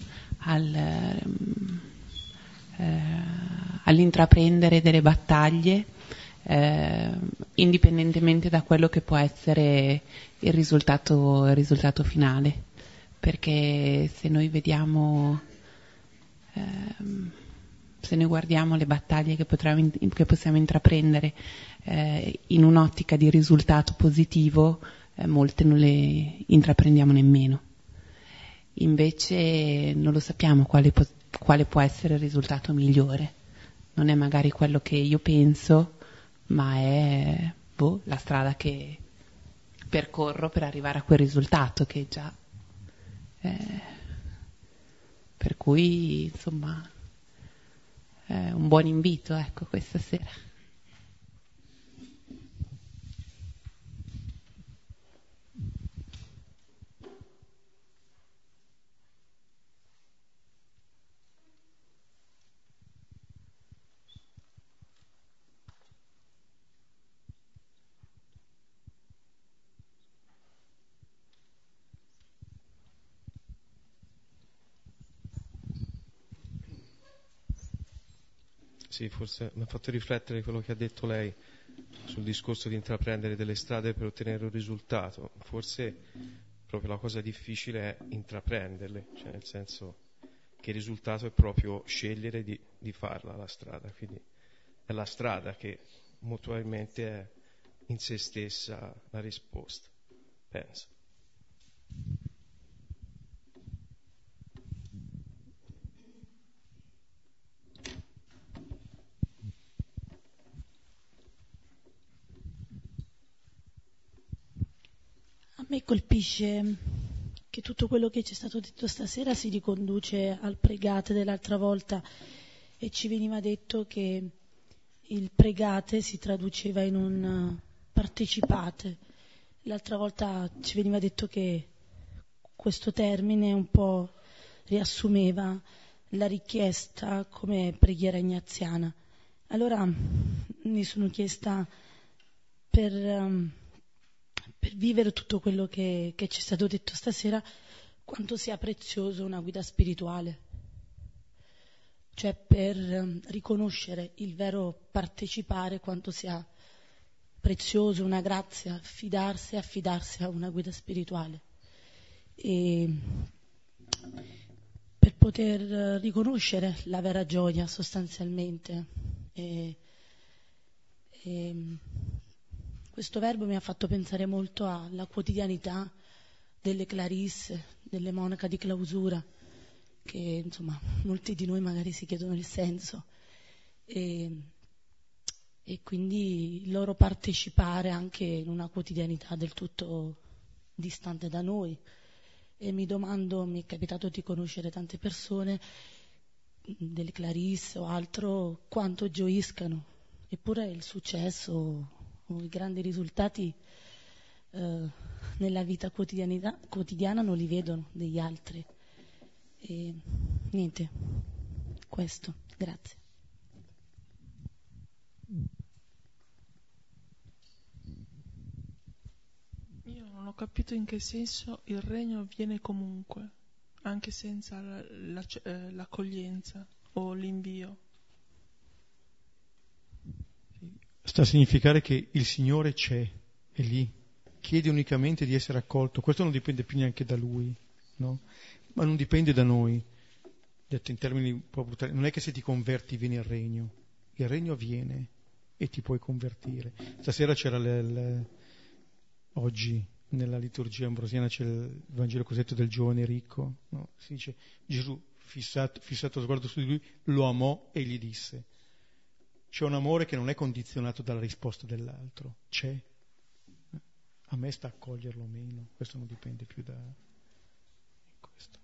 all'intraprendere delle battaglie indipendentemente da quello che può essere il risultato finale. Perché se noi vediamo, se noi guardiamo le battaglie che possiamo intraprendere in un'ottica di risultato positivo, molte non le intraprendiamo nemmeno. Invece non lo sappiamo quale può essere il risultato migliore. Non è magari quello che io penso, ma è la strada che percorro per arrivare a quel risultato che già... per cui insomma è un buon invito, ecco, questa sera. Sì, forse mi ha fatto riflettere quello che ha detto lei sul discorso di intraprendere delle strade per ottenere un risultato. Forse proprio la cosa difficile è intraprenderle, cioè nel senso che il risultato è proprio scegliere di farla la strada, quindi è la strada che molto probabilmente è in se stessa la risposta, penso. A me colpisce che tutto quello che ci è stato detto stasera si riconduce al pregate dell'altra volta, e ci veniva detto che il pregate si traduceva in un partecipate. L'altra volta ci veniva detto che questo termine un po' riassumeva la richiesta come preghiera ignaziana. Allora mi sono chiesta, per vivere tutto quello che ci è stato detto stasera, quanto sia prezioso una guida spirituale, cioè per riconoscere il vero partecipare, quanto sia prezioso, una grazia, affidarsi a una guida spirituale, e per poter riconoscere la vera gioia sostanzialmente. Questo verbo mi ha fatto pensare molto alla quotidianità delle clarisse, delle monache di clausura, che insomma molti di noi magari si chiedono il senso, e quindi il loro partecipare anche in una quotidianità del tutto distante da noi. E mi domando, mi è capitato di conoscere tante persone, delle clarisse o altro, quanto gioiscano, eppure il successo o i grandi risultati nella vita quotidiana non li vedono degli altri. E niente, questo, grazie. Io non ho capito in che senso il regno viene comunque, anche senza l'accoglienza o l'invio. Sta a significare che il Signore c'è, è lì, chiede unicamente di essere accolto. Questo non dipende più neanche da Lui, no? Ma non dipende da noi. Detto in termini un po' brutali, non è che se ti converti viene il regno viene e ti puoi convertire. Stasera c'era oggi nella liturgia ambrosiana c'è il Vangelo cosiddetto del giovane ricco, no? Si dice Gesù, fissato lo sguardo su di lui, lo amò e gli disse. C'è un amore che non è condizionato dalla risposta dell'altro, c'è. A me sta a accoglierlo o meno, questo non dipende più da questo.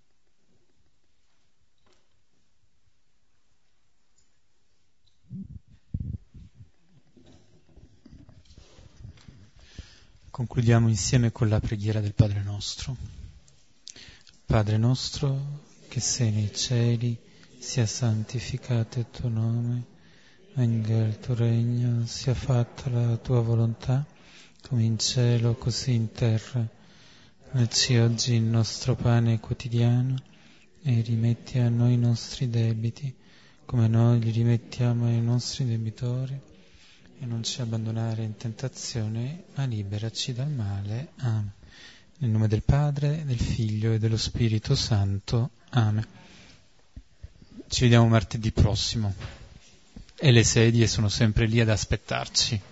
Concludiamo insieme con la preghiera del Padre nostro. Padre nostro che sei nei cieli, sia santificato il tuo nome, venga il tuo regno, sia fatta la tua volontà, come in cielo così in terra. Dacci oggi il nostro pane quotidiano e rimetti a noi i nostri debiti, come noi li rimettiamo ai nostri debitori, e non ci abbandonare in tentazione, ma liberaci dal male. Amen. Nel nome del Padre, del Figlio e dello Spirito Santo. Amen. Ci vediamo martedì prossimo e le sedie sono sempre lì ad aspettarci.